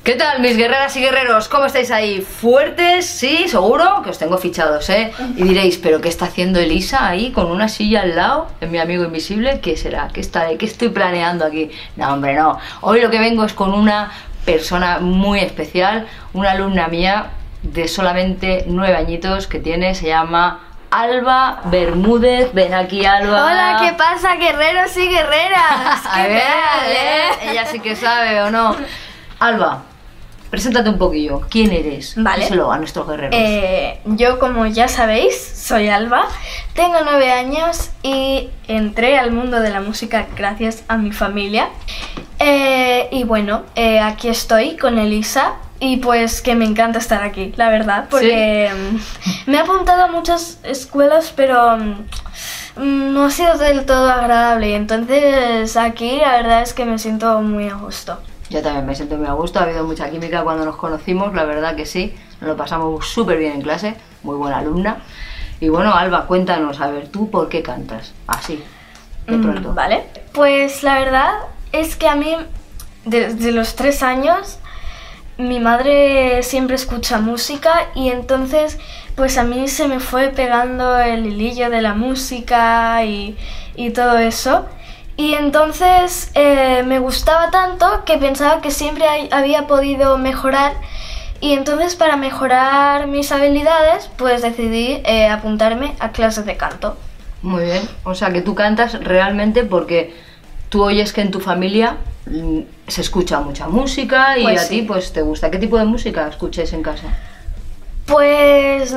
¿Qué tal, mis guerreras y guerreros? ¿Cómo estáis ahí? ¿Fuertes? Sí, seguro que os tengo fichados, ¿eh? Y diréis, ¿pero qué está haciendo Elisa ahí con una silla al lado? ¿Es mi amigo invisible? ¿Qué será? ¿Qué estoy planeando aquí? No, hombre, no. Hoy lo que vengo es con una persona muy especial, una alumna mía de solamente 9 añitos que tiene, se llama Alba Bermúdez. Ven aquí, Alba. Hola, ¿qué pasa, guerreros y guerreras? A ver, ella sí que sabe, ¿o no? Alba, preséntate un poquillo. ¿Quién eres? Vale. Díselo a nuestros guerreros. Yo, como ya sabéis, soy Alba, tengo 9 años y entré al mundo de la música gracias a mi familia. Y bueno, aquí estoy con Elisa y pues que me encanta estar aquí, la verdad, porque me he apuntado a muchas escuelas, pero no ha sido del todo agradable. Entonces aquí la verdad es que me siento muy a gusto. Yo también me siento muy a gusto, ha habido mucha química cuando nos conocimos, la verdad que sí, nos lo pasamos súper bien en clase, muy buena alumna. Y bueno, Alba, cuéntanos, a ver, ¿tú por qué cantas? Así, de pronto. Vale, pues la verdad es que a mí, desde los 3 años, mi madre siempre escucha música y entonces pues a mí se me fue pegando el hilillo de la música y todo eso. Y entonces me gustaba tanto que pensaba que siempre había podido mejorar. Y entonces, para mejorar mis habilidades, pues decidí apuntarme a clases de canto. Muy bien, o sea que tú cantas realmente porque tú oyes que en tu familia se escucha mucha música y Pues a ti sí. pues te gusta. ¿Qué tipo de música escucháis en casa? Pues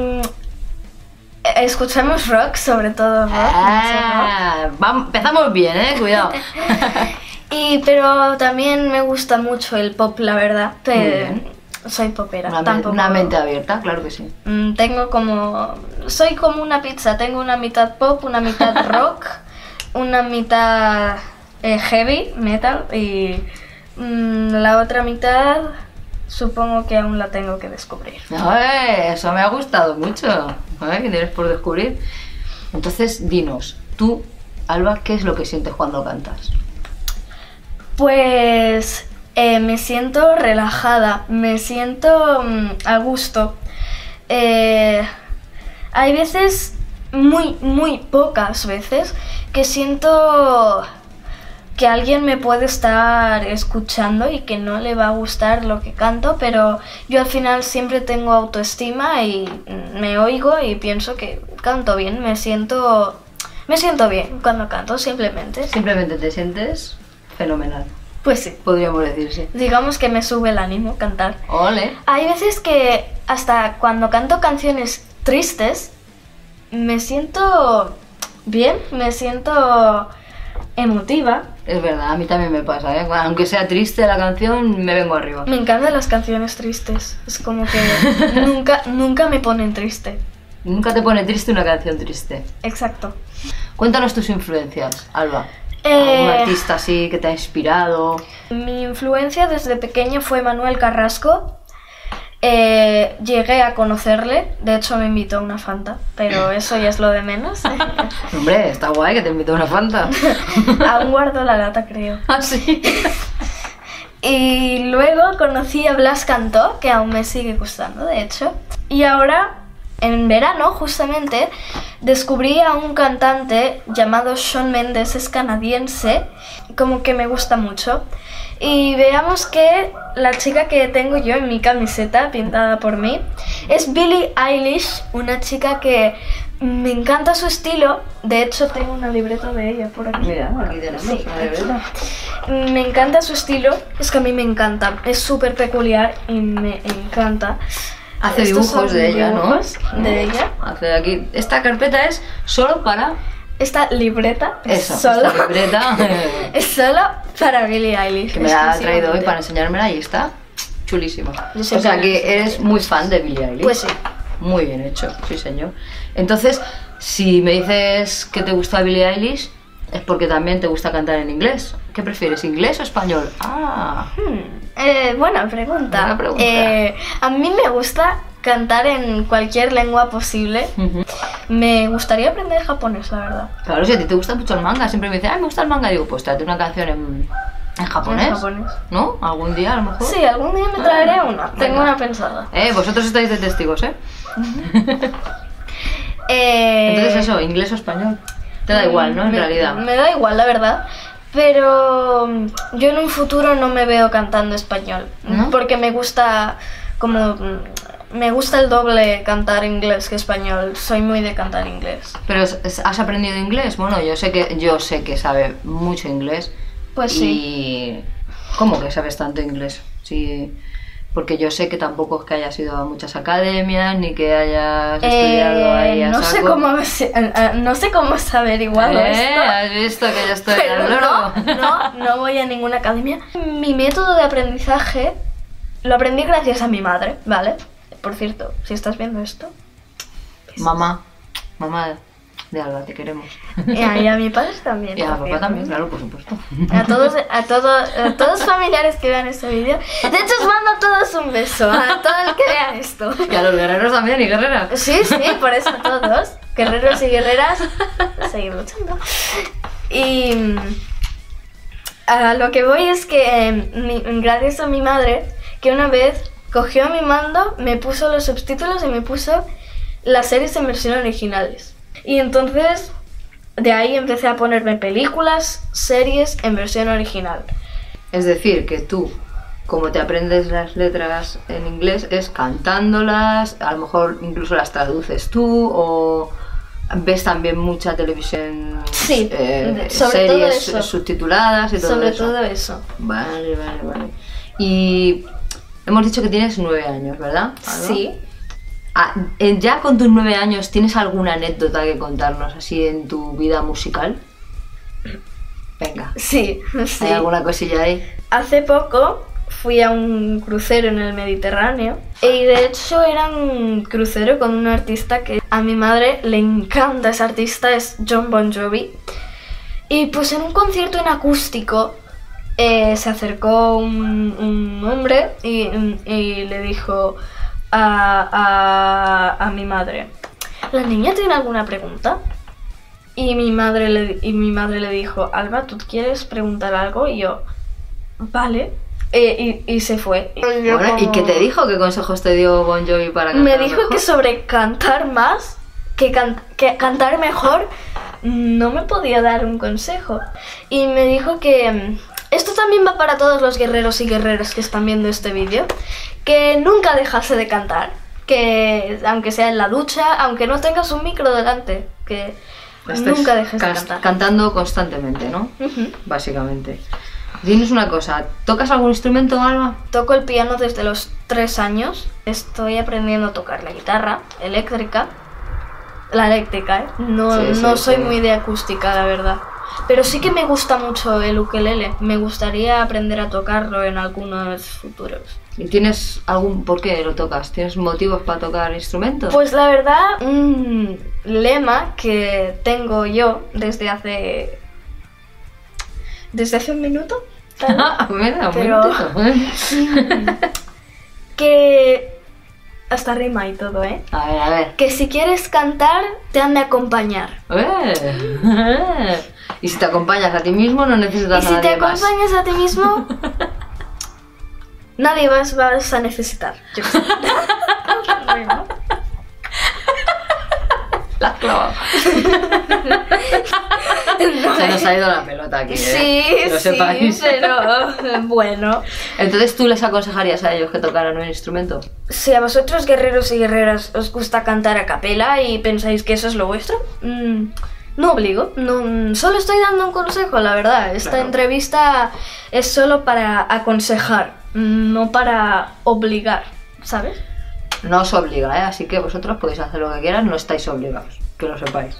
escuchamos rock, sobre todo rock. Empezamos bien, cuidado. Pero también me gusta mucho el pop, la verdad. bien. Soy popera. Una mente abierta, claro que sí. Soy como una pizza, tengo una mitad pop, una mitad rock, una mitad heavy metal y la otra mitad supongo que aún la tengo que descubrir. Eso me ha gustado mucho. ¿Qué tienes por descubrir? Entonces, dinos, tú, Alba, ¿qué es lo que sientes cuando cantas? Pues me siento relajada, me siento a gusto. Hay veces, muy pocas veces, que siento que alguien me puede estar escuchando y que no le va a gustar lo que canto, pero yo al final siempre tengo autoestima y me oigo y pienso que canto bien, me siento bien cuando canto, simplemente. Simplemente te sientes fenomenal, Pues sí. podríamos decir, sí. Digamos que me sube el ánimo cantar. Ole. Hay veces que hasta cuando canto canciones tristes me siento bien, me siento emotiva. Es verdad, a mí también me pasa, aunque sea triste la canción, me vengo arriba. Me encantan las canciones tristes. Es como que nunca me ponen triste. Nunca te pone triste una canción triste. Exacto. Cuéntanos tus influencias, Alba. ¿Algún artista así que te ha inspirado? Mi influencia desde pequeña fue Manuel Carrasco. Llegué a conocerle, de hecho me invitó a una Fanta, pero eso ya es lo de menos. Hombre, está guay que te invito a una Fanta. Aún guardo la lata, creo. ¿Ah, sí? Y luego conocí a Blas Cantó, que aún me sigue gustando, de hecho. Y ahora, en verano, justamente, descubrí a un cantante llamado Shawn Mendes, es canadiense, como que me gusta mucho. Y veamos que la chica que tengo yo en mi camiseta, pintada por mí, es Billie Eilish, una chica que me encanta su estilo. De hecho, tengo una libreta de ella por aquí. Mira, aquí tenemos una libreta. Me encanta su estilo, es que a mí me encanta, es súper peculiar y me encanta. Hace Estos dibujos son de ella, ¿no? dibujos de ella. Hace aquí. Esta carpeta es solo para... Esta libreta Eso, es solo, esta libreta es solo para Billie Eilish. que me la ha traído hoy exclusivamente. para enseñármela y está chulísima. Yo O siempre sea la que enseño. eres muy fan de Billie Eilish. Pues sí. Muy bien hecho, sí señor. Entonces, si me dices que te gusta Billie Eilish, es porque también te gusta cantar en inglés. ¿Qué prefieres, inglés o español? Buena pregunta. Buena pregunta. A mí me gusta cantar en cualquier lengua posible. Me gustaría aprender japonés, la verdad. Claro, si a ti te gusta mucho el manga, siempre me dicen, ay, me gusta el manga, digo, pues trate una canción ¿En japonés? En japonés. ¿No? ¿Algún día a lo mejor? Sí, algún día me traeré una. Tengo venga. una pensada. Vosotros estáis de testigos, ¿eh? Eh, Entonces eso, inglés o español. Te da igual, ¿no? En realidad. Me da igual, la verdad. Pero yo en un futuro no me veo cantando español. ¿No? Porque me gusta como... Me gusta el doble cantar inglés que español. Soy muy de cantar inglés. Pero ¿has aprendido inglés? Bueno, yo sé que sabe mucho inglés. Pues y... sí. ¿Cómo que sabes tanto inglés? Sí, porque yo sé que tampoco es que hayas ido a muchas academias ni que hayas estudiado ahí a no sé saco. cómo no sé cómo has averiguado esto. ¿Has visto que yo estoy Pero al loro? no voy a ninguna academia. Mi método de aprendizaje lo aprendí gracias a mi madre, ¿vale? Por cierto, si estás viendo esto. Mamá de Alba, te queremos. Y a mi padre también. Y a por papá cierto. también, claro, por supuesto. A todos familiares que vean este vídeo. De hecho, os mando a todos un beso. A todo el que vea esto. Y a los guerreros también, y guerreras. Sí, por eso a todos. Guerreros y guerreras, seguir luchando. Y a lo que voy es que gracias a mi madre, que una vez cogió mi mando, me puso los subtítulos y me puso las series en versión originales. Y entonces de ahí empecé a ponerme películas, series en versión original. Es decir, que tú, como te aprendes las letras en inglés, es cantándolas, a lo mejor incluso las traduces tú, o ves también mucha televisión, Sí, sobre todo series eso. subtituladas y todo Sobre eso. todo eso. Vale. Y hemos dicho que tienes 9 años, ¿verdad, Alba? Sí. ¿Ya con tus 9 años tienes alguna anécdota que contarnos así en tu vida musical? Venga, Sí. ¿hay alguna cosilla ahí? Hace poco fui a un crucero en el Mediterráneo y de hecho era un crucero con un artista que a mi madre le encanta. Ese artista es Jon Bon Jovi. Y pues en un concierto en acústico se acercó un hombre y le dijo a mi madre: ¿la niña tiene alguna pregunta? Y mi madre le dijo: Alba, ¿tú quieres preguntar algo? Y yo: vale. Y se fue. Bueno, ¿y qué te dijo? ¿Qué consejos te dio Bon Jovi para cantar Me dijo mejor? que sobre cantar más, que cantar mejor, no me podía dar un consejo. Y me dijo que esto también va para todos los guerreros y guerreras que están viendo este vídeo, que nunca dejase de cantar, que aunque sea en la ducha, aunque no tengas un micro delante, que Estás nunca dejes de cantar. cantando constantemente, ¿no? Ujú. Básicamente. Dinos una cosa, ¿tocas algún instrumento, Alba? Toco el piano desde los 3 años. Estoy aprendiendo a tocar la guitarra eléctrica. La eléctrica, ¿eh? No Sí, soy sí. muy de acústica, la verdad. Pero sí que me gusta mucho el ukelele. Me gustaría aprender a tocarlo en algunos futuros. ¿Y tienes por qué lo tocas? ¿Tienes motivos para tocar instrumentos? Pues la verdad, un lema que tengo yo desde hace un minuto, tal vez, Mira, pero- un momentito. que hasta rima y todo, ¿eh? A ver. Que si quieres cantar, te han de acompañar. Y si te acompañas a ti mismo, no Y necesitas a si te nadie más. acompañas a ti mismo, nadie vas a necesitar. Yo qué sé. Bueno. La has clavado. Se nos ha ido la pelota aquí, Sí, que lo sí, sepáis. pero bueno. Entonces, ¿tú les aconsejarías a ellos que tocaran un instrumento? Si a vosotros, guerreros y guerreras, os gusta cantar a capela y pensáis que eso es lo vuestro, no obligo, solo estoy dando un consejo, la verdad. Esta Claro. entrevista es solo para aconsejar, no para obligar, ¿sabes? No os obliga, ¿eh? Así que vosotros podéis hacer lo que quieran, no estáis obligados, que lo sepáis.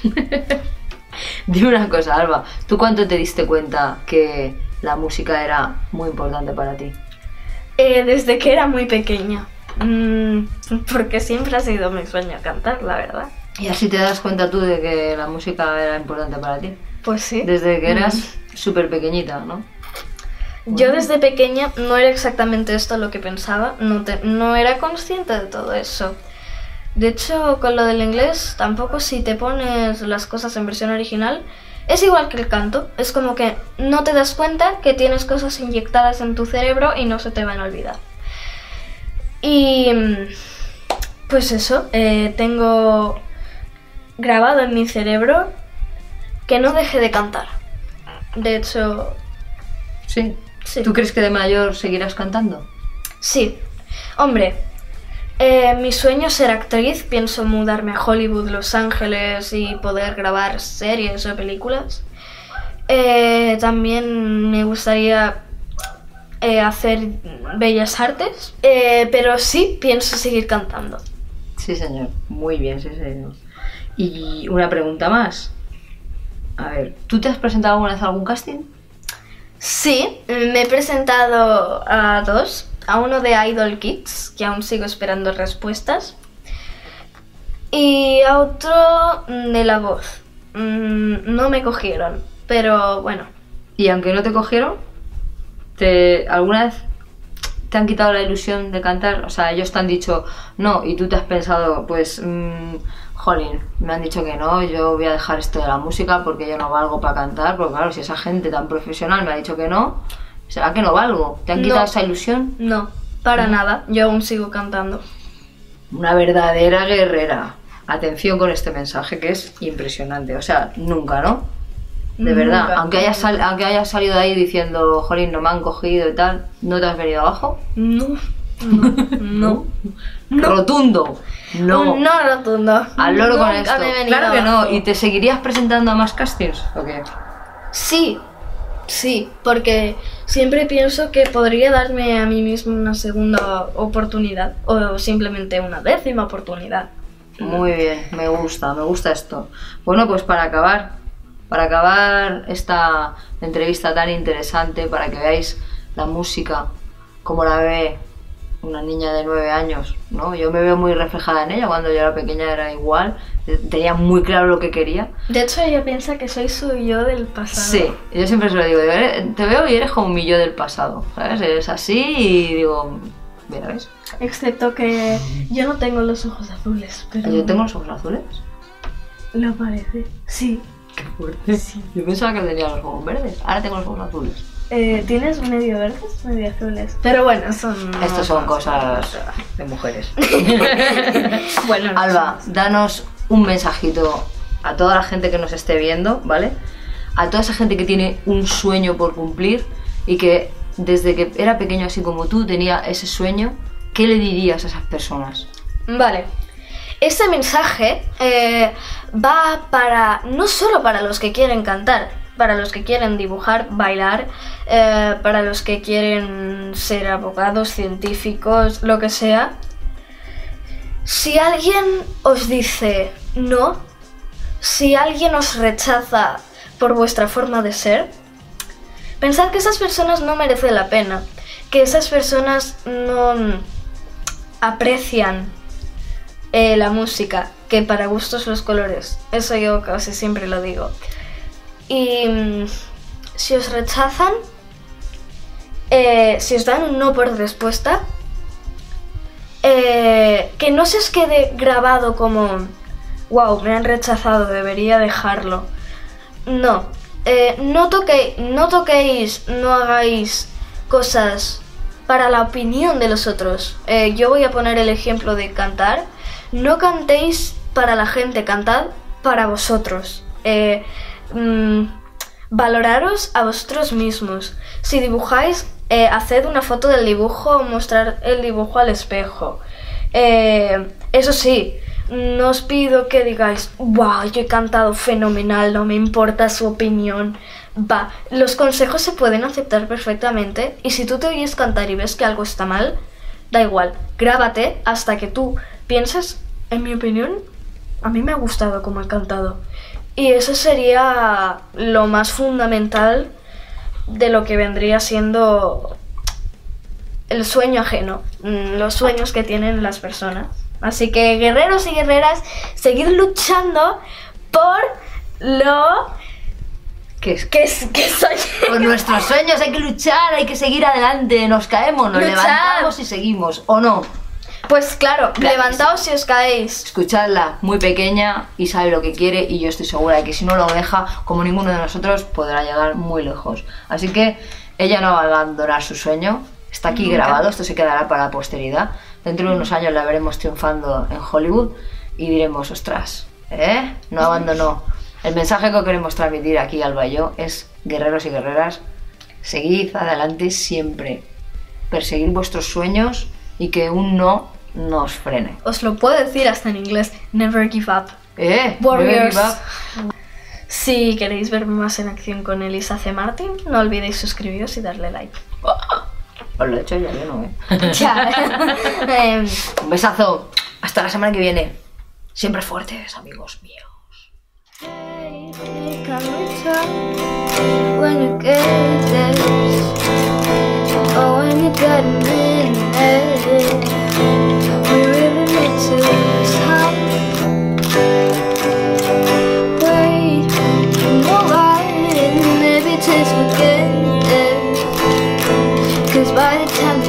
Dime una cosa, Alba, ¿tú cuándo te diste cuenta que la música era muy importante para ti? Desde que era muy pequeña, porque siempre ha sido mi sueño cantar, la verdad. Y así te das cuenta tú de que la música era importante para ti. Pues sí. Desde que eras súper pequeñita, ¿no? Yo desde pequeña no era exactamente esto lo que pensaba, no era consciente de todo eso. De hecho, con lo del inglés, tampoco si te pones las cosas en versión original, es igual que el canto, es como que no te das cuenta que tienes cosas inyectadas en tu cerebro y no se te van a olvidar. Y pues eso, tengo grabado en mi cerebro que no deje de cantar. De hecho, Sí. sí. ¿Tú crees que de mayor seguirás cantando? Sí. Hombre, mi sueño es ser actriz, pienso mudarme a Hollywood, Los Ángeles y poder grabar series o películas. También me gustaría hacer bellas artes, pero sí pienso seguir cantando. Sí, señor. Muy bien, sí, señor. Y una pregunta más. A ver, ¿tú te has presentado alguna vez a algún casting? Sí, me he presentado a 2, a uno de Idol Kids, que aún sigo esperando respuestas, y a otro de La Voz. No me cogieron, pero bueno. Y aunque no te cogieron, ¿alguna vez te han quitado la ilusión de cantar? O sea, ellos te han dicho no y tú te has pensado, pues, jolín, me han dicho que no, yo voy a dejar esto de la música porque yo no valgo para cantar, porque claro, si esa gente tan profesional me ha dicho que no, ¿será que no valgo? ¿Te han quitado esa ilusión? No, para nada, yo aún sigo cantando. Una verdadera guerrera. Atención con este mensaje que es impresionante, o sea, nunca, ¿no? De verdad, Nunca. aunque hayas salido de ahí diciendo, jolín, no me han cogido y tal, ¿no te has venido abajo? No, no, no. Rotundo, no. No rotundo. Al loro con Nunca esto. me he venido Claro que no. abajo. ¿Y te seguirías presentando a más castings? ¿O qué? Sí, porque siempre pienso que podría darme a mí mismo una segunda oportunidad o simplemente una 10ª oportunidad. Muy bien, me gusta esto. Bueno, pues para acabar esta entrevista tan interesante, para que veáis la música, como la ve una niña de 9 años, ¿no? Yo me veo muy reflejada en ella, cuando yo era pequeña era igual, tenía muy claro lo que quería. De hecho, ella piensa que soy su yo del pasado. Sí, yo siempre se lo digo, te veo y eres como mi yo del pasado, ¿sabes? Eres así y digo, mira, ¿ves? Excepto que yo no tengo los ojos azules, pero... ¿Yo tengo los ojos azules? Lo parece. Sí. Qué fuerte. Sí. Yo pensaba que tenía los ojos verdes, ahora tengo los ojos azules. Tienes medio verdes, medio azules. Pero bueno, Estos son cosas de mujeres. Bueno, Alba, danos un mensajito a toda la gente que nos esté viendo, ¿vale? A toda esa gente que tiene un sueño por cumplir y que desde que era pequeño así como tú tenía ese sueño, ¿qué le dirías a esas personas? Vale. Este mensaje va para no solo para los que quieren cantar, para los que quieren dibujar, bailar, para los que quieren ser abogados, científicos, lo que sea. Si alguien os dice no, si alguien os rechaza por vuestra forma de ser, pensad que esas personas no merecen la pena, que esas personas no aprecian la música, que para gustos los colores. Eso yo casi siempre lo digo. Y si os rechazan, si os dan un no por respuesta, que no se os quede grabado como wow, me han rechazado, debería dejarlo. No, no toquéis, no hagáis cosas para la opinión de los otros. Yo voy a poner el ejemplo de cantar. No cantéis para la gente, cantad para vosotros. Valoraros a vosotros mismos. Si dibujáis, haced una foto del dibujo o mostrar el dibujo al espejo. Eso sí, no os pido que digáis, wow, yo he cantado fenomenal, no me importa su opinión. Va, los consejos se pueden aceptar perfectamente y si tú te oyes cantar y ves que algo está mal, da igual, grábate hasta que tú pienses, en mi opinión, a mí me ha gustado cómo he cantado. Y eso sería lo más fundamental de lo que vendría siendo el sueño ajeno, los sueños que tienen las personas. Así que, guerreros y guerreras, seguid luchando por lo que soy. Por nuestros sueños hay que luchar, hay que seguir adelante, nos caemos, nos levantamos y seguimos, ¿o no? Pues claro, Claro, levantaos si os caéis. Escuchadla, muy pequeña y sabe lo que quiere, y yo estoy segura de que si no lo deja, como ninguno de nosotros, podrá llegar muy lejos. Así que ella no va a abandonar su sueño, está aquí Nunca. grabado, esto se quedará para la posteridad. Dentro de unos años la veremos triunfando en Hollywood y diremos, ostras, no abandonó. El mensaje que queremos transmitir aquí, Alba y yo, es: guerreros y guerreras, seguid adelante siempre, perseguid vuestros sueños y que un no nos frene. Os lo puedo decir hasta en inglés. Never give up. Never Warriors. give up. Si queréis ver más en acción con Elisa C. Martin, no olvidéis suscribiros y darle like. Os lo he hecho ya, yo no, Ya. Un besazo. Hasta la semana que viene. Siempre fuertes, amigos míos. When you get this, or when you got minute, we really need to stop. Wait, move on, maybe just forget it. 'Cause by the time